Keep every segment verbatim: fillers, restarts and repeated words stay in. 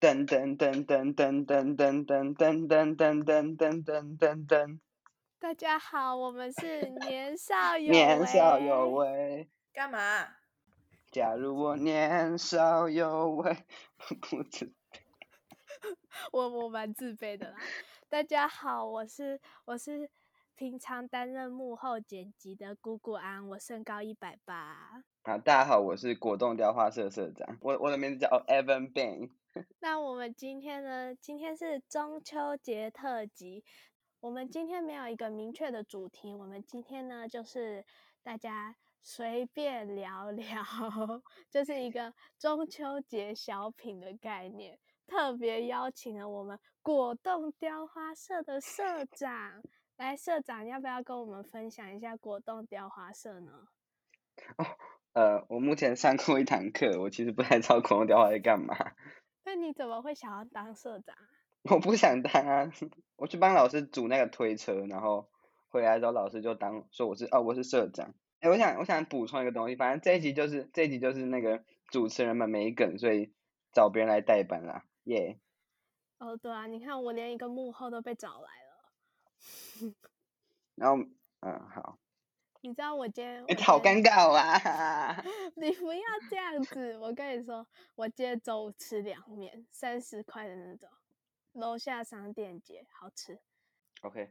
噔噔噔噔噔噔噔噔噔噔噔噔噔噔噔噔。 大家好，我们是年少有为。 年少有为， 干嘛？ 假如我年少有为，不知。 我我蛮自卑的啦。大家好，我是我是平常担任幕后剪辑的姑姑安，我身高一百八。 好，大家好，我是果冻雕花社社长，我我的名字叫 Evan Bang。 那我们今天呢？今天是中秋节特辑。我们今天没有一个明确的主题，我们今天呢就是大家随便聊聊，就是一个中秋节小品的概念。特别邀请了我们果冻雕花社的社长来，社长要不要跟我们分享一下果冻雕花社呢？ 哦，呃，我目前上过一堂课，我其实不太知道果冻雕花在干嘛。 那你怎么会想要当社长？ 我不想当啊，我去帮老师组那个推车，然后回来之后老师就当说我是哦我是社长。哎，我想我想补充一个东西，反正这一集就是这一集就是那个主持人们没梗，所以找别人来代班啦，耶、 yeah。哦，对啊，你看我连一个幕后都被找来了。 然后嗯好。 你知道我今天， 哎、欸，好尴尬啊！ 你不要这样子，我跟你说，我今天中午吃凉面，三十块的那种，楼下商店街，好吃。 OK。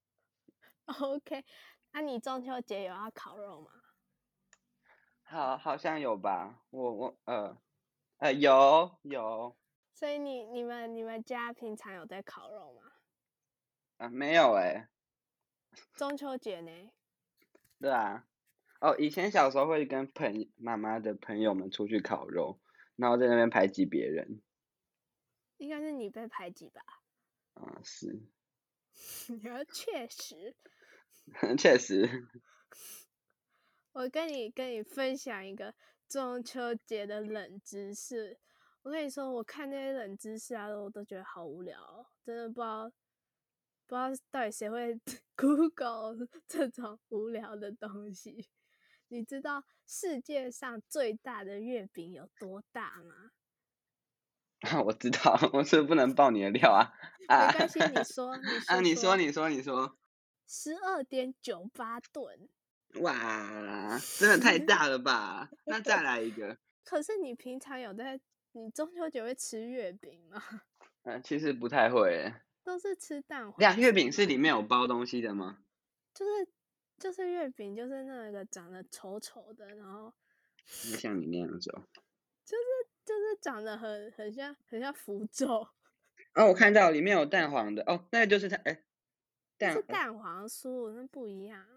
OK， 那、啊、你中秋节有要烤肉吗？ 好，好像有吧。我我呃呃有有。 所以你你们你们家平常有在烤肉吗？ 啊，没有哎、欸。 中秋节呢？ 对啊。哦，以前小时候会跟朋妈妈的朋友们出去烤肉，然后在那边排挤别人。 应该是你被排挤吧？ 啊，是。 你要确实。 确实。 我跟你跟你分享一个中秋节的冷知识。我跟你说，我看那些冷知识啊，我都觉得好无聊哦，真的不知道不知道到底谁会 Google 这种无聊的东西。你知道世界上最大的月饼有多大吗？ 啊，我知道，我是不是不能爆你的料啊？啊没关系，你说，你说啊，你说，你说，你说。 十二点九八吨。 哇，真的太大了吧？那再来一个。 可是你平常有在，你中秋节会吃月饼吗？ 嗯、呃，其实不太会耶。 都是吃蛋黄。 对啊，月饼是里面有包东西的吗？ 就是就是月饼，就是那个长得丑丑的，然后就像你那样子哦。 就是就是长得很很像很像符咒。 哦，我看到里面有蛋黄的哦，那个就是它，哎， 那是蛋黄酥，那不一样。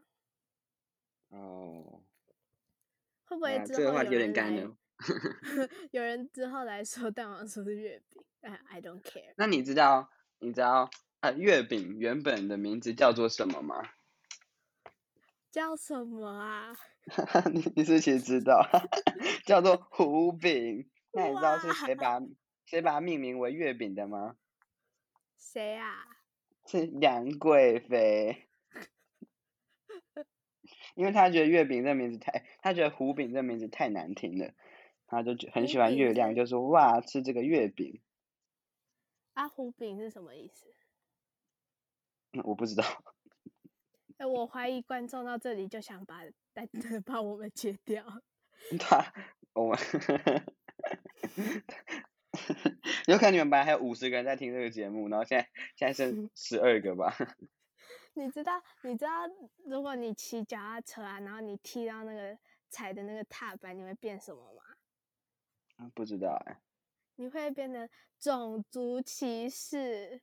哦。 会不会之这个话题有点后有人来？ 干了。 有人之后来说蛋黄酥是月饼？哎 ，I don't care。 那你知道你知道啊月饼原本的名字叫做什么吗？ 叫什么啊？ 你你是其实知道，叫做糊饼。那你知道是谁把谁把它命名为月饼的吗？ 谁啊？ 是杨贵妃。因为他觉得月饼这名字太，他觉得糊饼这名字太难听了，他就很喜欢月亮，就说哇吃这个月饼。 啊，糊饼是什么意思？ 嗯、我不知道。 哎、欸，我怀疑观众到这里就想把把我们切掉。 对啊，我们有可能你们本来还有五十个人在听这个节目，然后现在现在剩十二个吧。 你知道你知道如果你骑脚踏车啊，然后你踢到那个踩的那个踏板，你会变什么吗？ 不知道哎、欸。 你会变得种族歧视。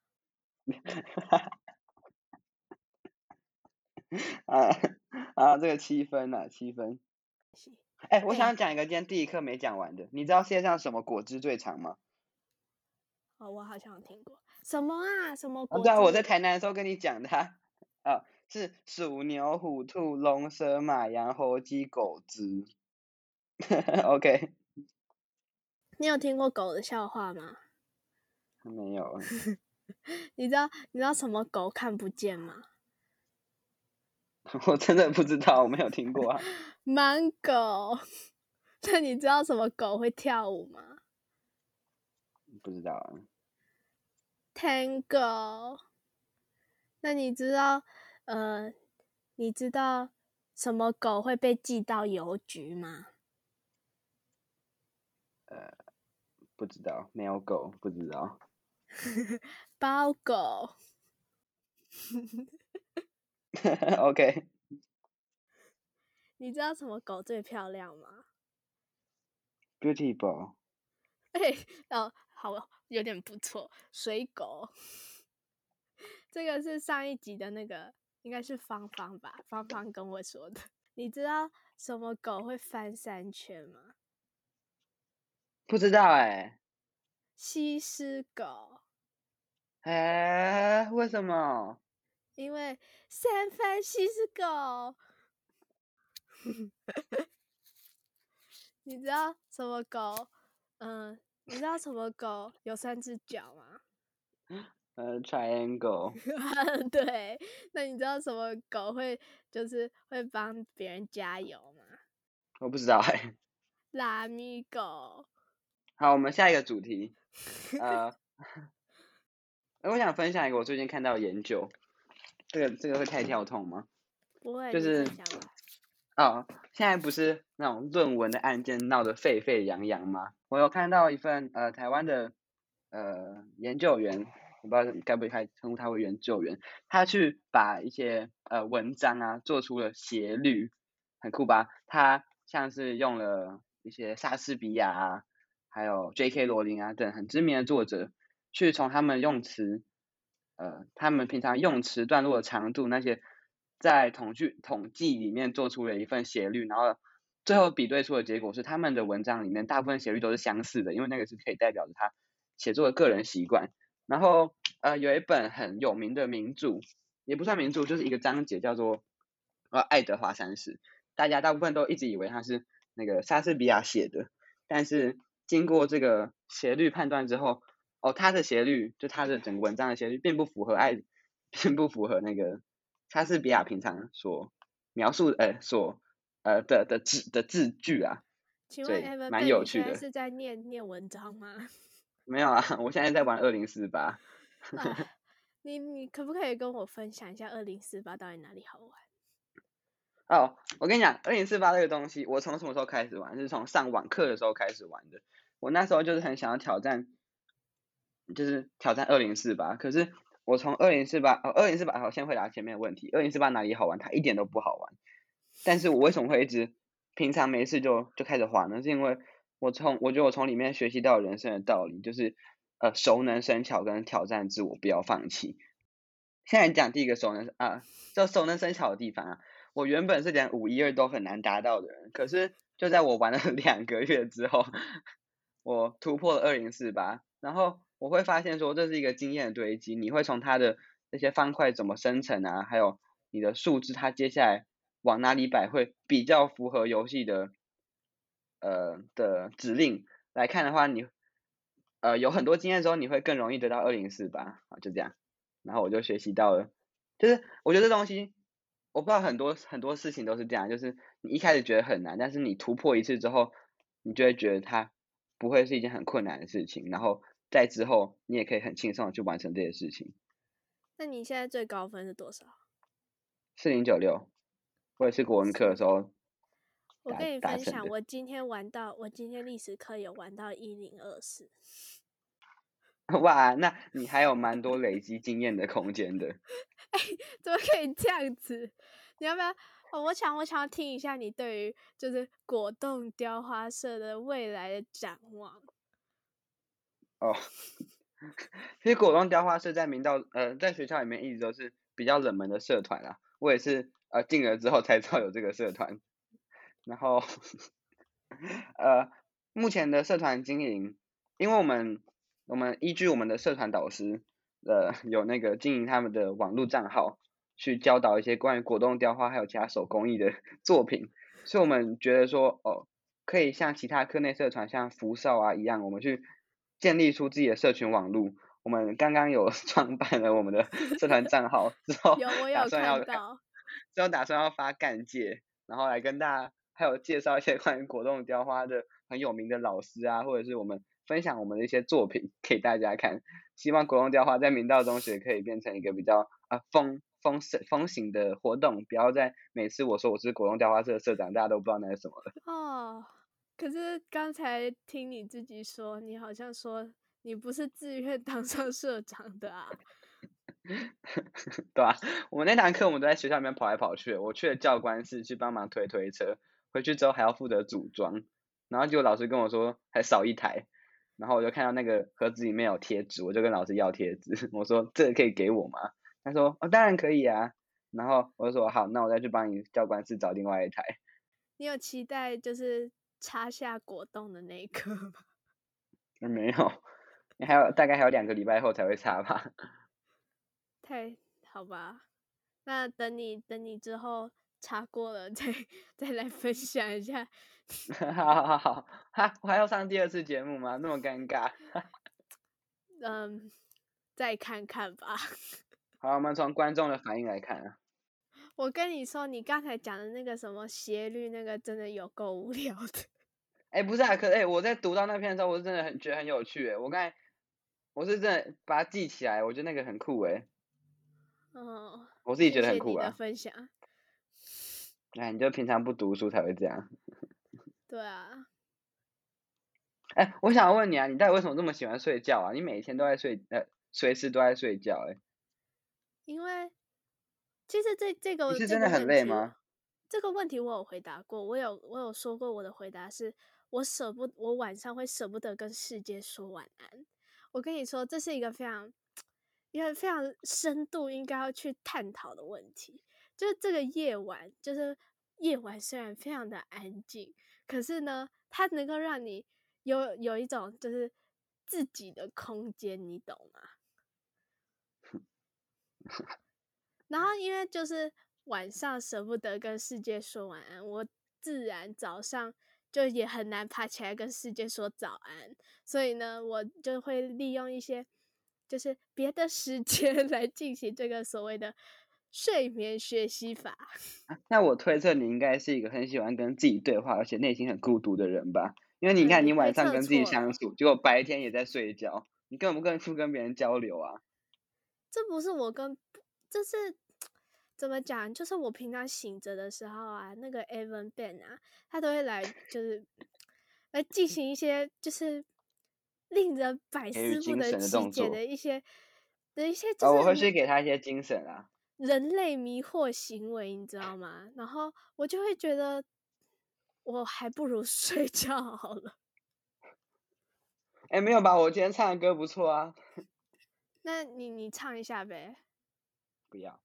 啊啊，这个七分啊，七分。哎、欸，我想讲一个今天第一课没讲完的，你知道世界上什么果汁最长吗？ 哦，我好像有听过。什么啊？什么果汁？ 啊对啊，我在台南的时候跟你讲的啊，啊是鼠牛虎兔龙蛇马羊猴鸡狗子。OK。 你有听过狗的笑话吗？ 没有。 你知道你知道什么狗看不见吗？ 我真的不知道，我没有听过啊。 盲狗。那你知道什么狗会跳舞吗？ 不知道啊。 Tango。那你知道，呃，你知道什么狗会被寄到邮局吗？ 呃，不知道，没有狗，不知道。 包狗。 OK。 你知道什么狗最漂亮吗？ Beautiful。 哎，哦，好，有点不错，水狗。这个是上一集的那个，应该是芳芳吧？芳芳跟我说的。你知道什么狗会翻三圈吗？ 不知道哎、欸。 西施狗。 哎、欸，为什么？ 因为三番西施狗。你知道什么狗？嗯，你知道什么狗有三只脚吗？ 呃，triangle。 对，那你知道什么狗会就是会帮别人加油吗？ 我不知道哎、欸。 拉米狗。 好，我们下一个主题。呃，我想分享一个我最近看到的研究。这个这个会太跳痛吗？ 不会，你就是分享吧。 哦，现在不是那种论文的案件闹得沸沸扬扬吗？我有看到一份呃台湾的呃研究员，我不知道该不该称呼他为研究员，他去把一些呃文章啊做出了斜率，很酷吧？他像是用了一些莎士比亚啊，还有 J K 罗琳啊等很知名的作者，去从他们用词，呃，他们平常用词段落的长度那些。在统计统计里面做出了一份斜率，然后最后比对出的结果是他们的文章里面大部分斜率都是相似的，因为那个是可以代表着他写作的个人习惯。然后呃有一本很有名的名著，也不算名著，就是一个章节叫做呃《爱德华三世》，大家大部分都一直以为他是那个莎士比亚写的，但是经过这个斜率判断之后，哦，他的斜率就他的整个文章的斜率并不符合爱，并不符合那个莎士比亚平常所描述呃所呃的的字的字句啊， 请问所以 Ever 蛮 Ben， 有趣的。 你现在是在念念文章吗？ 没有啊，我现在在玩二零四八。 哎，你你可不可以跟我分享一下二零四八到底哪里好玩？ 哦，我跟你讲，二零四八这个东西，我从什么时候开始玩？是从上网课的时候开始玩的。我那时候就是很想要挑战，就是挑战二零四八。可是我从二零四八，哦，二零四八，好，先回答前面的问题。二零四八哪里好玩？它一点都不好玩。但是我为什么会一直平常没事就就开始滑呢？是因为我从我觉得我从里面学习到人生的道理，就是呃熟能生巧跟挑战自我，不要放弃。现在讲第一个熟能啊，就熟能生巧的地方啊。我原本是连五一二都很难达到的人，可是就在我玩了两个月之后，我突破了二零四八，然后我会发现说这是一个经验的堆积，你会从它的那些方块怎么生成啊，还有你的数字它接下来往哪里摆会比较符合游戏的呃的指令来看的话，你呃有很多经验之后，你会更容易得到二零四八啊，就这样。然后我就学习到了，就是我觉得这东西，我不知道很多很多事情都是这样，就是你一开始觉得很难，但是你突破一次之后，你就会觉得它不会是一件很困难的事情，然后在之后你也可以很轻松的去完成这些事情。 那你现在最高分是多少？ 四零九六，我也是国文课的时候我跟你分享， 达成的。 我今天玩到，我今天历史课有玩到一零二四。 哇，那你还有蛮多累积经验的空间的。 哎，怎么可以这样子？你要不要？哦，我想，我想要听一下你对于就是果冻雕花社的未来的展望。 哦，其实果冻雕花社在明道呃在学校里面一直都是比较冷门的社团啦，我也是呃进了之后才知道有这个社团，然后呃目前的社团经营，因为我们我们依据我们的社团导师呃有那个经营他们的网络账号，去教导一些关于果冻雕花还有其他手工艺的作品，所以我们觉得说哦可以像其他课内社团像福少啊一样，我们去建立出自己的社群网络。我们刚刚有创办了我们的社团账号之后， 有，我有打算要看到。 之后打算要发干介，然后来跟大家还有介绍一些关于果冻雕花的很有名的老师啊，或者是我们分享我们的一些作品给大家看，希望国中调花在明道中学可以变成一个比较啊风风盛风行的活动，不要在每次我说我是国中调花社的社长，大家都不知道那是什么了。 哦，可是刚才听你自己说，你好像说你不是自愿当上社长的啊。 对啊，我们那堂课我们都在学校里面跑来跑去，我去了教官室去帮忙推推车，回去之后还要负责组装，然后结果老师跟我说还少一台，然后我就看到那个盒子里面有贴纸，我就跟老师要贴纸，我说这个可以给我吗？他说哦当然可以啊，然后我就说好，那我再去帮你教官室找另外一台。 你有期待就是插下果冻的那一刻吗？ 没有，你还有大概还有两个礼拜后才会插吧。 太好吧，那等你等你之后查过了再再来分享一下。 好好好，哈，我还要上第二次节目吗？那么尴尬。 嗯，再看看吧。 好，我们从观众的反应来看啊。 我跟你说，你刚才讲的那个什么斜率，那个真的有够无聊的。 哎、不是啊，可哎、欸我在读到那篇的时候，我是真的很觉得很有趣哎，我刚才我是真的把它记起来，我觉得那个很酷哎， 哦， 我自己觉谢谢你的得很酷啊。 分享。 哎，你就平常不读书才会这样。 对啊， 哎、我想问你啊，你到底为什么这么喜欢睡觉啊？你每天都在睡，呃，随时都在睡觉哎， 因为其实这这你个这是真的很个问题， 累吗？ 这个问题我有回答过，我有我有说过我的回答是，我舍不，我晚上会舍不得跟世界说晚安。我跟你说，这是一个非常一个非常深度应该要去探讨的问题。就是这个夜晚，就是夜晚虽然非常的安静，可是呢，它能够让你有有一种就是自己的空间，你懂吗？然后因为就是晚上舍不得跟世界说晚安，我自然早上就也很难爬起来跟世界说早安，所以呢，我就会利用一些就是别的时间来进行这个所谓的睡眠学习法。 那我推测你应该是一个很喜欢跟自己对话，而且内心很孤独的人吧？因为你嗯， 看，你你推测晚上跟自己错了， 相处，结果白天也在睡觉，你根本不跟不跟别人交流啊。 这不是我跟，这是怎么讲？就是我平常醒着的时候啊，那个 Evan Ben 啊，他都会来，就是来进行一些就是令人百给予思不精神的得其动作。 解的一些的一些，就啊、我会是去给他一些精神啊。 人类迷惑行为，你知道吗？然后我就会觉得，我还不如睡觉好了。 哎，没有吧？我今天唱的歌不错啊。 那你你唱一下呗， 不要。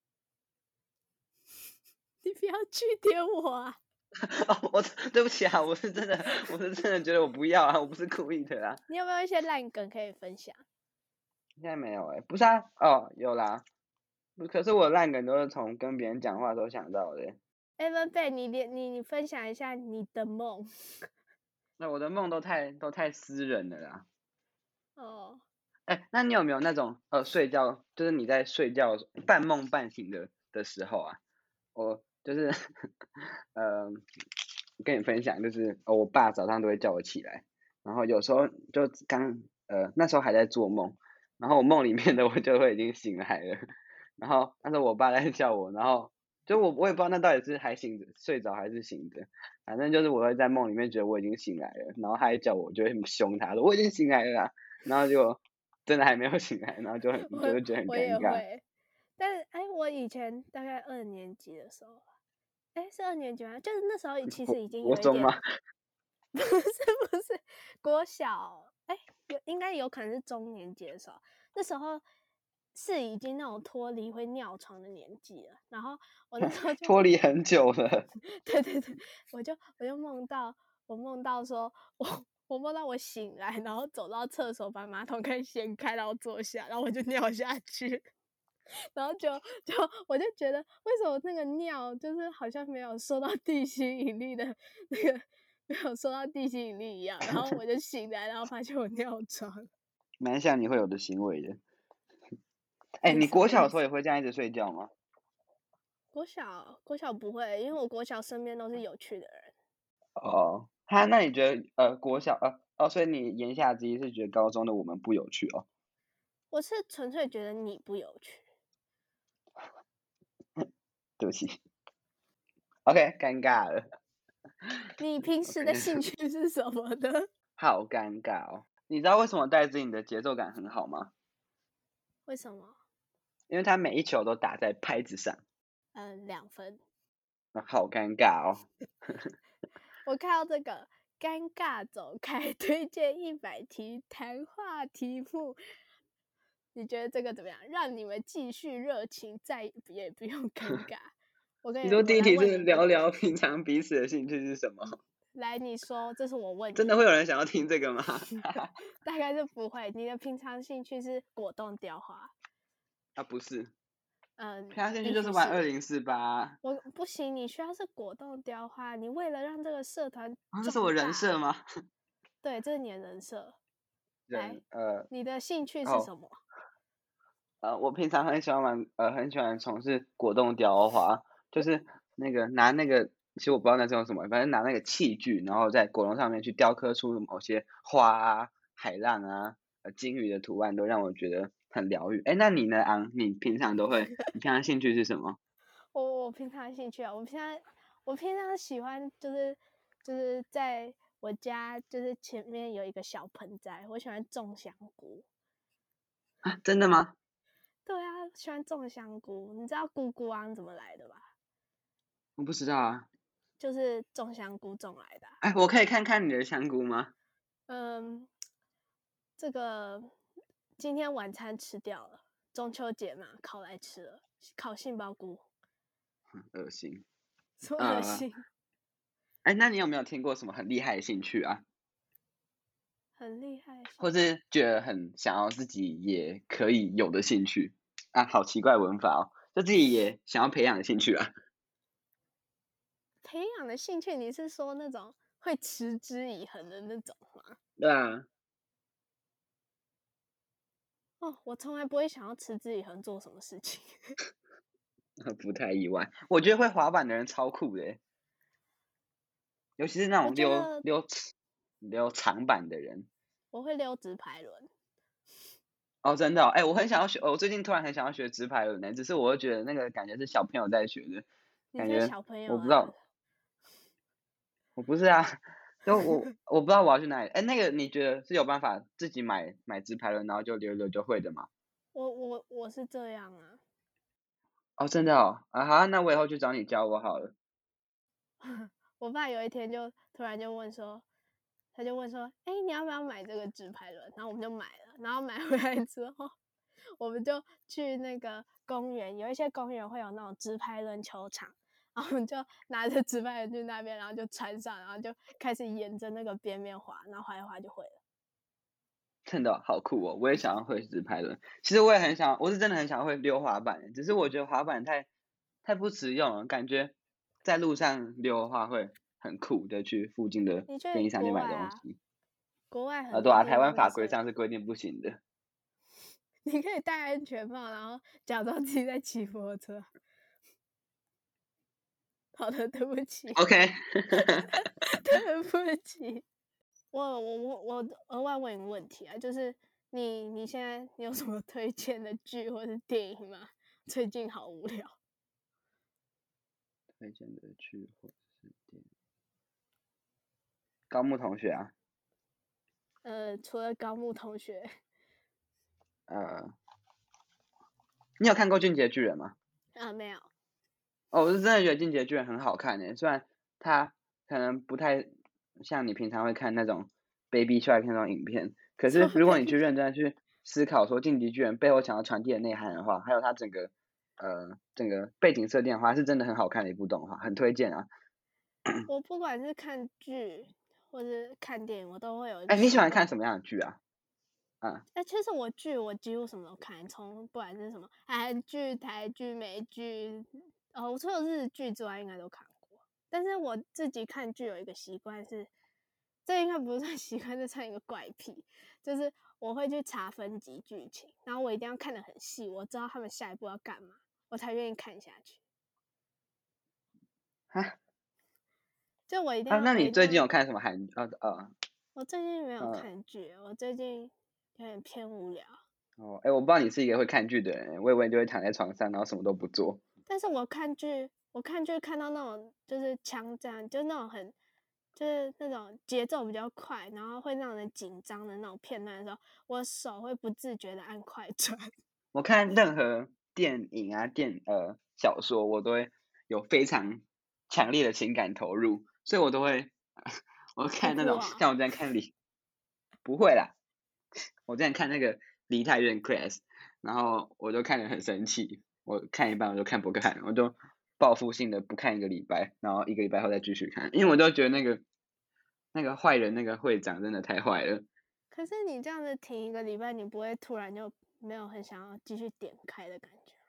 你不要去点我啊！ 哦，我对不起啊，我是真的，我是真的觉得我不要啊，我不是故意的啦。 你有没有一些烂梗可以分享？ 现在没有哎、不是啊，哦，有啦。不可是我烂梗都是从跟别人讲话的时候想到的欸。 Evan Ben，你连你你分享一下你的梦。 那我的梦都太都太私人了啦。 哦， 哎，那你有没有那种呃睡觉，就是你在睡觉的时候半梦半醒的的时候啊？我就是呃，跟你分享，就是呃我爸早上都会叫我起来，然后有时候就刚呃那时候还在做梦，然后我梦里面的我就会已经醒来了，然后那时候我爸在叫我，然后就我我也不知道那到底是还醒着睡着还是醒着，反正就是我会在梦里面觉得我已经醒来了，然后他还叫我，我就会凶他说我已经醒来了啦，然后就真的还没有醒来，然后就很就我会觉得很我也尴尬。 会，但是哎，我以前大概二年级的时候，哎，是二年级吗？就是那时候其实已经有一点， 国中吗？ 不是不是国小，哎，有应该有可能是中年级的时候，那时候是已经那种脱离会尿床的年纪了。然后我那时候就脱离很久了。 对对对，我就我就梦到我梦到说我我梦到我醒来，然后走到厕所把马桶盖掀开，然后坐下，然后我就尿下去。然后就就我就觉得为什么那个尿就是好像没有受到地心引力的那个没有受到地心引力一样，然后我就醒来，然后发现我尿床。 蛮像你会有的行为的。哎、 哎， 你国小的时候什么意思？ 也会这样一直睡觉吗？ 国小国小不会，因为我国小身边都是有趣的人。 哦，他那你觉得呃国小呃哦，所以你言下之意是觉得高中的我们不有趣哦？ 我是纯粹觉得你不有趣。 对不起，OK，尴尬了。 你平时的兴趣是什么呢？ 好尴尬哦！你知道为什么戴资颖的节奏感很好吗？ 为什么？ 因为他每一球都打在拍子上。 嗯，两分。 好尴尬哦！ 我看到这个尴尬走开，推荐一百题谈话题目，你觉得这个怎么样？让你们继续热情，再也不用尴尬。我跟你说第一我来题是问你问题， 聊聊平常彼此的兴趣是什么？ 来你说，这是我问你真的会有人想要听这个吗？ 大概是不会。你的平常兴趣是果冻雕花， 啊，不是， 嗯， 平常兴趣必须就是玩二零四八。 我不行，你需要是果冻雕花。你为了让这个社团啊，这是壮我人大， 设吗？ 对，这是你的人设。来人，呃， 你的兴趣是哦， 什么？ 呃，我平常很喜欢玩，呃，很喜欢从事果冻雕花，就是那个拿那个，其实我不知道那是用什么，反正拿那个器具，然后在果冻上面去雕刻出某些花啊、海浪啊、呃鲸鱼的图案，都让我觉得很疗愈。哎，那你呢，昂？你平常都会，你平常兴趣是什么？ 我我平常兴趣啊，我平常我平常喜欢就是就是在我家就是前面有一个小盆栽，我喜欢种香菇。 啊，真的吗？ 对啊，喜欢种香菇。你知道菇菇昂怎么来的吧？ 我不知道啊。 就是种香菇种来的啊。 哎，我可以看看你的香菇吗？ 嗯，这个今天晚餐吃掉了，中秋节嘛，烤来吃了，烤杏鲍菇。 很恶心。 什么恶呃， 心？ 哎，那你有没有听过什么很厉害的兴趣啊？ 很厉害的兴或是觉得很想要自己也可以有的兴趣啊？好奇怪文法哦，就自己也想要培养的兴趣啊？ 培养的兴趣，你是说那种会持之以恒的那种吗？ 对啊， 哦，我从来不会想要持之以恒做什么事情。 不太意外。我觉得会滑板的人超酷的耶，尤其是那我种觉得溜溜溜长板的人。 我会溜直排轮。 哦，真的哦，哎，我很想要学，我最近突然很想要学直排轮呢，只是我又觉得那个感觉是小朋友在学的，感觉你才小朋友啊！ 我不知道，我不是啊，就我我不知道我要去哪里。哎，那个你觉得是有办法自己买买直排轮，然后就溜一溜就会的吗？ 我我我是这样啊。 哦，真的哦，啊好啊，那我以后去找你教我好了。 我爸有一天就突然就问说，他就问说，哎、你要不要买这个直排轮？然后我们就买了，然后买回来之后，我们就去那个公园，有一些公园会有那种直排轮球场，然后我们就拿着直排轮去那边，然后就穿上，然后就开始沿着那个边边滑，然后滑一滑就会了。 真的哦好酷哦，我也想要会直排轮。其实我也很想，我是真的很想会溜滑板，只是我觉得滑板太太不实用了，感觉在路上溜的话会很酷的，去附近的你去便利商店买国外啊？ 东西。 国外啊，对啊， 很多地台湾法规方都是， 上是规定不行的。 你可以戴安全帽，然后假装自己在骑摩托车。好的，对不起， OK， 对不起。我我我我额外问一个问题啊，就是你你现在你有什么推荐的剧或是电影吗？最近好无聊。 推荐的剧或者是电影，高木同学啊， 呃，除了高木同学， 呃，你有看过《进击的巨人》吗？ 啊，没有。 哦，我是真的觉得《进击的巨人》很好看诶，虽然它可能不太像你平常会看那种 Baby Shark 那种影片，可什么是如果你去 baby？ 认真的去思考说《进击巨人》背后想要传递的内涵的话，还有它整个呃整个背景设定的话，是真的很好看的一部动画，很推荐啊。 我不管是看剧或是看电影，我都会有一个哎，你喜习惯。 欢看什么样的剧啊？啊， 哎、其实我剧我几乎什么都看，从不管是什么韩剧、台剧、美剧，哦，我除了日剧之外，应该都看过。但是我自己看剧有一个习惯是，这应该不算习惯，这算一个怪癖，就是我会去查分集剧情，然后我一定要看得很细，我知道他们下一步要干嘛，我才愿意看下去。 哈就我一定啊， 要， 那你最近我一定要， 有看什么韩？呃呃， 我最近没有嗯， 看剧，我最近有点偏无聊。 哦，哎，我不知道你是一个会看剧的人，我以为你就会躺在床上，然后什么都不做。 但是我看剧，我看剧看到那种就是枪战，就那种很，就是那种节奏比较快，然后会让人紧张的那种片段的时候，我手会不自觉的按快转。 我看任何电影啊、电呃小说，我都会有非常强烈的情感投入，所以我都会，我会看那种哭啊、 像我之前看李，不会啦，我之前看那个梨泰院 class，然后我就看得很生气，我看一半我就看不看，我就报复性的不看一个礼拜，然后一个礼拜后再继续看，因为我都觉得那个那个坏人那个会长真的太坏了。 可是你这样子停一个礼拜，你不会突然就没有很想要继续点开的感觉？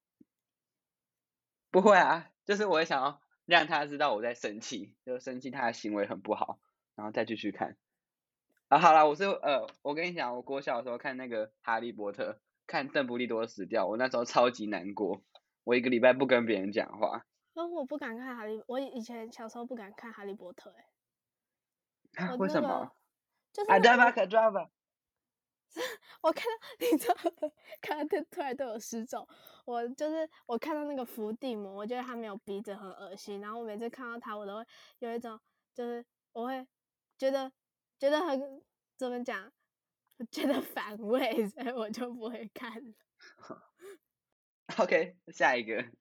不会啊，就是我会想要让他知道我在生气，就生气他的行为很不好，然后再继续看。啊，好啦，我是呃，我跟你讲，我国小的时候看那个哈利波特，看邓布利多死掉，我那时候超级难过，我一个礼拜不跟别人讲话。 哦，我不敢看哈利，我以前小时候不敢看哈利波特、欸， 啊， 我那个为什么？ 就是啊，对吧？ 我可抓吧。 我看到你知道，看到他突然对我失踪，我就是我看到那个伏地魔，我觉得他没有鼻子很恶心，然后我每次看到他，我都会有一种就是我会觉得觉得很怎么讲，我觉得反胃，所以我就不会看了。 OK，下一个。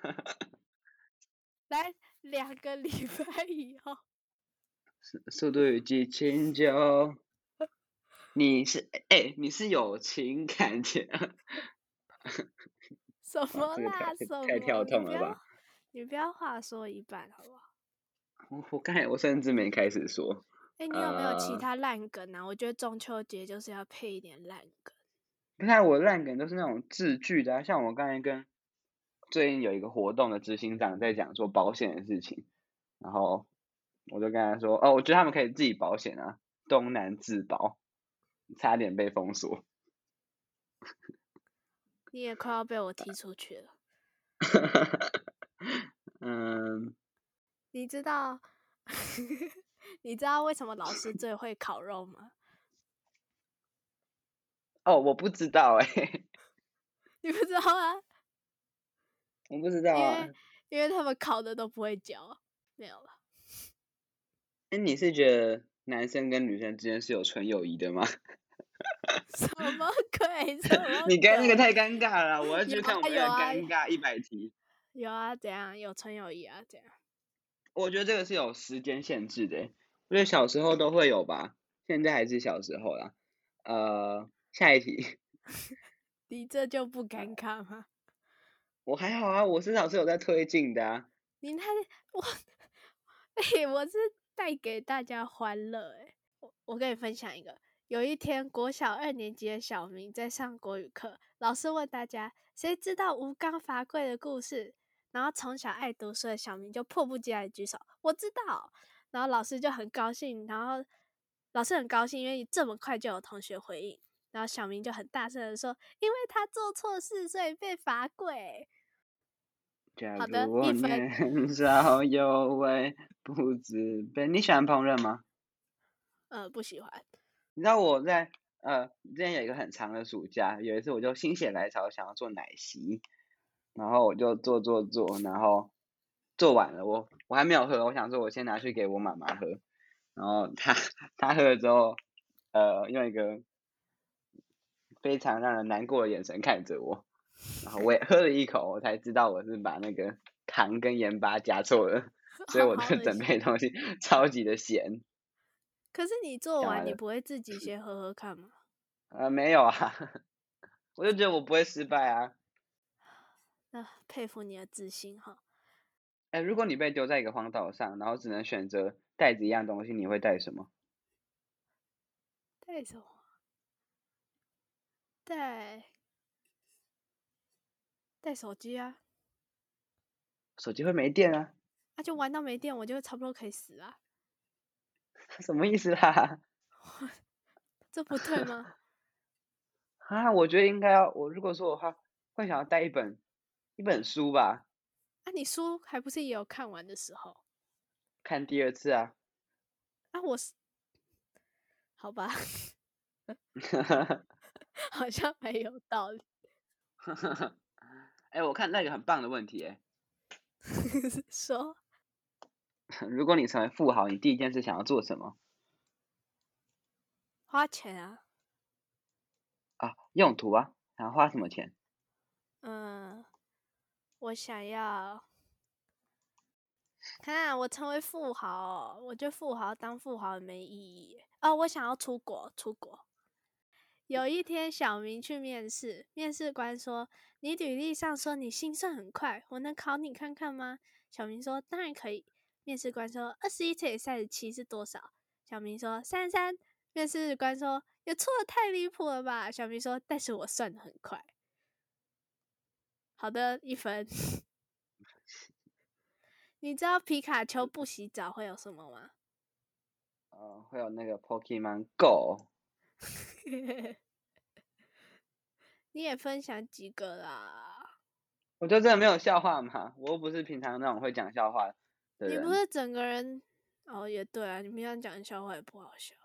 来两个礼拜以后， 速度与激情九，你是哎、你是有情感的。 什哇，这个么啦？ 太太什么？ 跳你不要痛了吧？ 你不要话说一半好不好？ 我我刚才我甚至没开始说。 哎、你有没有其呃， 他烂梗啊？我觉得中秋节就是要配一点烂梗。 你看我的烂梗都是那种字句的、啊，像我刚才跟最近有一个活动的执行长在讲说保险的事情，然后我就跟他说，哦，我觉得他们可以自己保险啊，东南自保，差点被封锁。 你也快要被我踢出去了。 嗯， 你知道，你知道为什么老师最会烤肉吗？ 哦，我不知道哎、 你不知道啊？ 我不知道因为啊。 因为他们烤的都不会焦。没有了。 哎，你是觉得男生跟女生之间是有纯友谊的吗？ 什么鬼？什么你刚刚那个鬼？ 太尴尬了啦，我要有去看我们那个啊有啊尴尬一百题。 有啊，怎样？有纯友谊啊？怎样？ 我觉得这个是有时间限制的欸，我觉得小时候都会有吧，现在还是小时候啦。呃，下一题。 你这就不尴尬吗？ 我还好啊，我至少是有在推进的啊。 你看我，哎、我是带给大家欢乐哎、我我跟你分享一个，有一天国小二年级的小明在上国语课，老师问大家谁知道吴刚伐桂的故事，然后从小爱读书的小明就迫不及待地举手，我知道。然后老师就很高兴，然后老师很高兴，因为这么快就有同学回应，然后小明就很大声的说，因为他做错事，所以被罚跪。 假好的， 如我一分。 年少有为不自卑，你喜欢烹饪吗？ 呃，不喜欢。 你知道我在呃之前有一个很长的暑假，有一次我就心血来潮想要做奶昔，然后我就做做做，然后做完了，我我还没有喝，我想说我先拿去给我妈妈喝，然后她她喝了之后，呃，用一个非常让人难过的眼神看着我，然后我也喝了一口，我才知道我是把那个糖跟盐巴加错了，所以我的整好恶心。 杯东西超级的咸。 可是你做完，你讲完了。 不会自己先喝喝看吗？ 呃，没有啊，我就觉得我不会失败啊。 那佩服你的自信哈。 哎，如果你被丢在一个荒岛上，然后只能选择带着一样东西，你会带什么？ 带什么？带带手机啊？ 手机会没电啊？ 那、就玩到没电，我就差不多可以死啊。 什么意思啦？ 这不对吗？ 啊，我觉得应该要，我如果说的话，会想要带一本一本书吧， 啊，你书还不是也有看完的时候？ 看第二次啊。 啊，我是好吧，好像没有道理。 哎、我看那个很棒的问题哎， 说如果你成为富豪，你第一件事想要做什么花钱啊， 啊？用途啊？想要花什么钱？ 嗯，我想要看看我成为富豪哦，我觉得富豪当富豪没意义耶哦。我想要出国，出国。有一天，小明去面试，面试官说：“你履历上说你心算很快，我能考你看看吗？”小明说：“当然可以。”面试官说：“二十一乘以三十七是多少？”小明说：“三十三。”面试官说：“也错的太离谱了吧？”小明说：“但是我算的很快。”好的，一分。你知道皮卡丘不洗澡会有什么吗？ 呃，会有那个 Pokemon Go。 你也分享几个啦？ 我就真的没有笑话嘛，我又不是平常那种会讲笑话的人。 你不是整个人哦，也对啊，你平常讲的笑话也不好笑。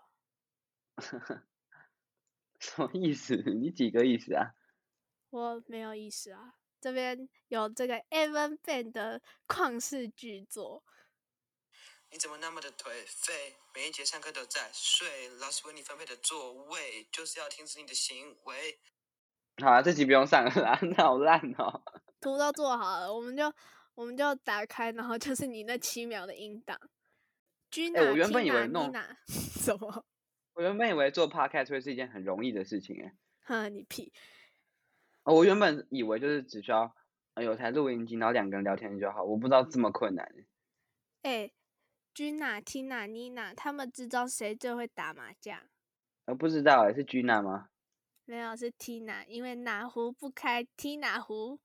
什么意思？你几个意思啊？ 我没有意思啊。这边有这个 Evan Band 的旷世巨作。 你怎么那么的颓废？每一节上课都在睡，老师为你分配的座位就是要停止你的行为。 好啊，这集不用上了啦，那好烂哦。 图都做好了，我们就我们就打开，然后就是你那七秒的音档。 哎、我 Gina、 原本以为 Tina、 弄， Nina 什么？ 我原本以为做 podcast 会是一件很容易的事情哎、 哈，你屁！ 哦我原本以为就是只需要呃有台录音机，然后两个人聊天就好，我不知道这么困难欸。 哎，Gina、Tina、Nina 他们之中谁最会打麻将？ 我不知道哎、是 Gina 吗？ 没有，是 Tina，因为哪壶不开提哪壶。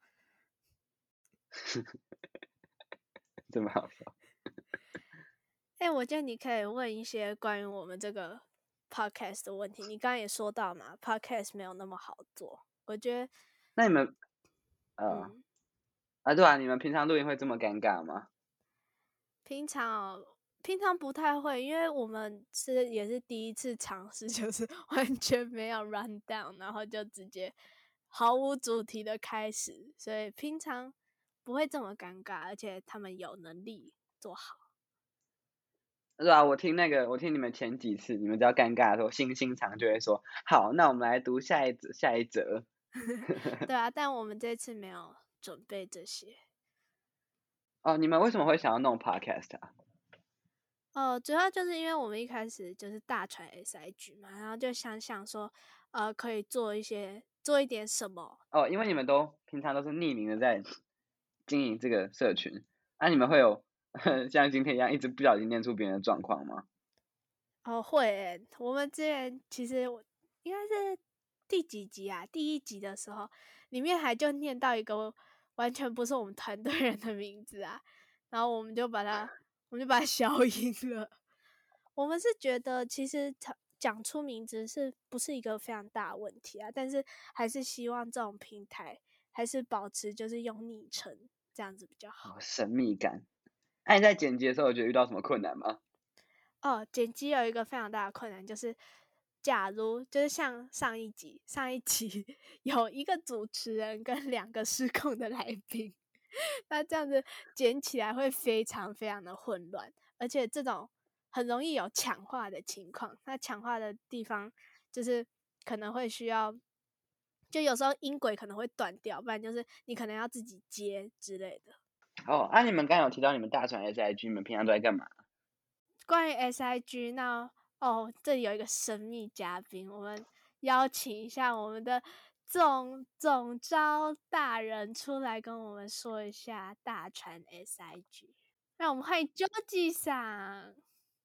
这么好笑。 哎、我觉得你可以问一些关于我们这个 podcast 的问题。你刚刚也说到嘛，podcast 没有那么好做。我觉得， 那你们呃嗯， 啊对啊，你们平常录音会这么尴尬吗？ 平常哦平常不太会，因为我们是也是第一次尝试，就是完全没有 run down，然后就直接毫无主题的开始，所以平常不会这么尴尬，而且他们有能力做好。 对啊，我听那个，我听你们前几次，你们只要尴尬的时候，心心肠就会说，好，那我们来读下一则，下一则。 对啊，但我们这次没有准备这些。 哦，你们为什么会想要弄 podcast 啊？ 哦，主要就是因为我们一开始就是大传 S I G 嘛，然后就想想说，呃，可以做一些做一点什么。 哦，因为你们都平常都是匿名的在经营这个社群，那、你们会有像今天一样一直不小心念出别人的状况吗？ 哦，会欸，我们之前其实我应该是第几集啊？第一集的时候，里面还就念到一个完全不是我们团队人的名字啊，然后我们就把它，我们就把它消音了。我们是觉得其实讲讲出名字是不是一个非常大的问题啊？但是还是希望这种平台还是保持就是用昵称这样子比较好。 哦，神秘感。那、你在剪辑的时候，有觉得遇到什么困难吗？ 哦，剪辑有一个非常大的困难，就是假如就是像上一集，上一集有一个主持人跟两个失控的来宾，那这样子剪起来会非常非常的混乱，而且这种很容易有抢话的情况。那抢话的地方就是可能会需要，就有时候音轨可能会断掉，不然就是你可能要自己接之类的。 哦，啊，你们刚刚有提到你们大传 S I G，你们平常都在干嘛？ 关于 S I G， 那哦，这里有一个神秘嘉宾，我们邀请一下我们的总总招大人出来跟我们说一下大传 S I G， 让我们欢迎 Joji 上。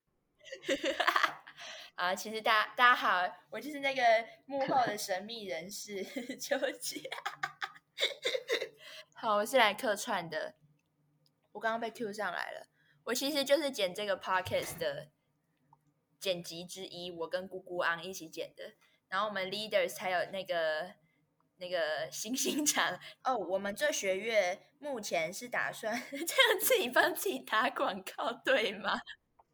啊，其实大大家好，我就是那个幕后的神秘人士秋姐。好，我是来客串的。我刚刚被 Q 上来了，我其实就是剪这个 podcast 的剪辑之一，我跟姑姑昂一起剪的。然后我们 leaders 还有那个那个星星长哦，我们这学月目前是打算这样自己帮自己打广告，对吗？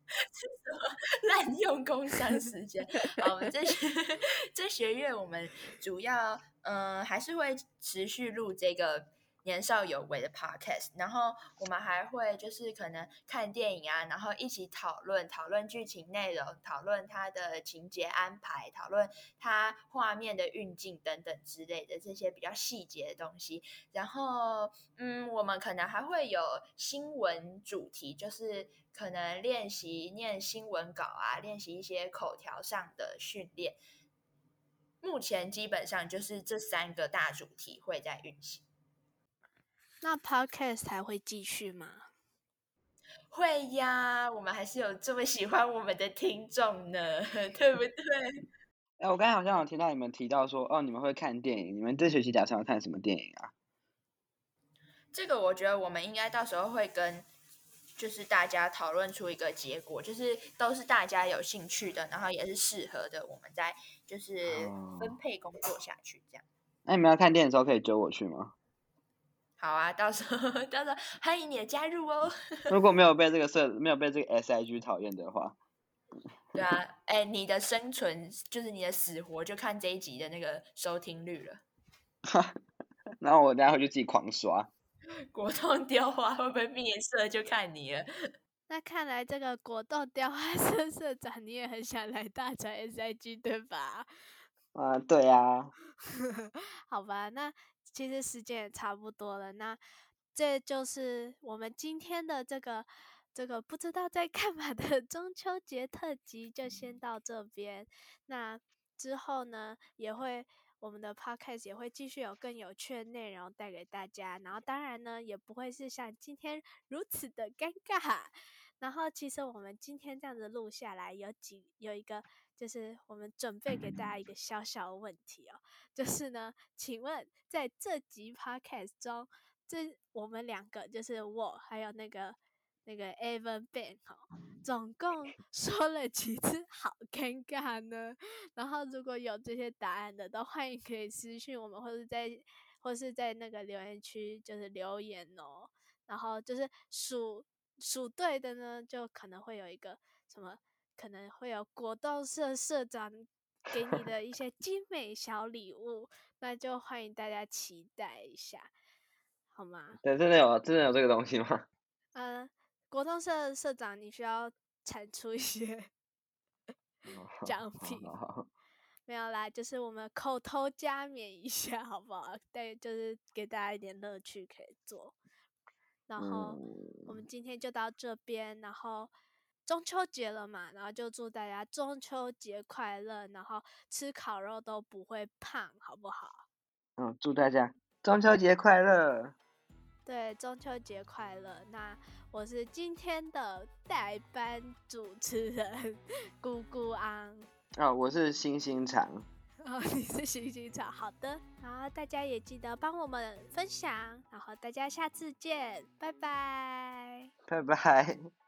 是什么滥用工商时间？好，我们这这学月我们主要嗯、呃、还是会持续录这个年少有为的 podcast， 然后我们还会就是可能看电影啊，然后一起讨论讨论剧情内容，讨论它的情节安排，讨论它画面的运镜等等之类的这些比较细节的东西。然后嗯，我们可能还会有新闻主题，就是可能练习念新闻稿啊，练习一些口条上的训练。目前基本上就是这三个大主题会在运行。 那 podcast 还会继续吗？ 会呀，我们还是有这么喜欢我们的听众呢，对不对？ 哎，我刚才好像有听到你们提到说，哦，你们会看电影，你们这学期打算要看什么电影啊？ 这个我觉得我们应该到时候会跟就是大家讨论出一个结果，就是都是大家有兴趣的，然后也是适合的，我们再就是分配工作下去这样。 那你们要看电影的时候可以揪我去吗？ 好啊，到时候到时候欢迎你的加入哦。 如果没有被这个社没有被这个 S I G 讨厌的话， 对啊，哎，你的生存就是你的死活，就看这一集的那个收听率了。 然后我等一下回去自己狂刷。 果冻雕花会不会灭色，就看你了。 那看来这个果冻雕花社社长，你也很想来大船 S I G 对吧？ 啊，对啊。 好吧，那其实时间也差不多了，那这就是我们今天的这个这个不知道在干嘛的中秋节特辑，就先到这边。那之后呢，也会我们的 podcast 也会继续有更有趣的内容带给大家，然后当然呢，也不会是像今天如此的尴尬。然后其实我们今天这样子录下来，有几有一个就是我们准备给大家一个小小的问题哦，就是呢，请问在这集 podcast 中，这我们两个就是我还有那个那个 Evan Ben 哈、哦，总共说了几次好尴尬呢？然后如果有这些答案的，都欢迎可以私讯我们，或者在或是在那个留言区就是留言哦。然后就是数数对的呢，就可能会有一个什么，可能会有果冻社社长给你的一些精美小礼物，那就欢迎大家期待一下，好吗？ 对，真的有真的有这个东西吗？ 嗯，果冻社社长，你需要产出一些奖品。没有啦，就是我们口头加冕一下，好不好？对，就是给大家一点乐趣可以做。然后我们今天就到这边，然后中秋节了嘛，然后就祝大家中秋节快乐，然后吃烤肉都不会胖，好不好？ 嗯，祝大家中秋节快乐。 对，中秋节快乐。那我是今天的代班主持人姑姑安。 哦，我是星星肠。 哦，你是星星肠，好的。然后大家也记得帮我们分享，然后大家下次见，拜拜， 拜拜。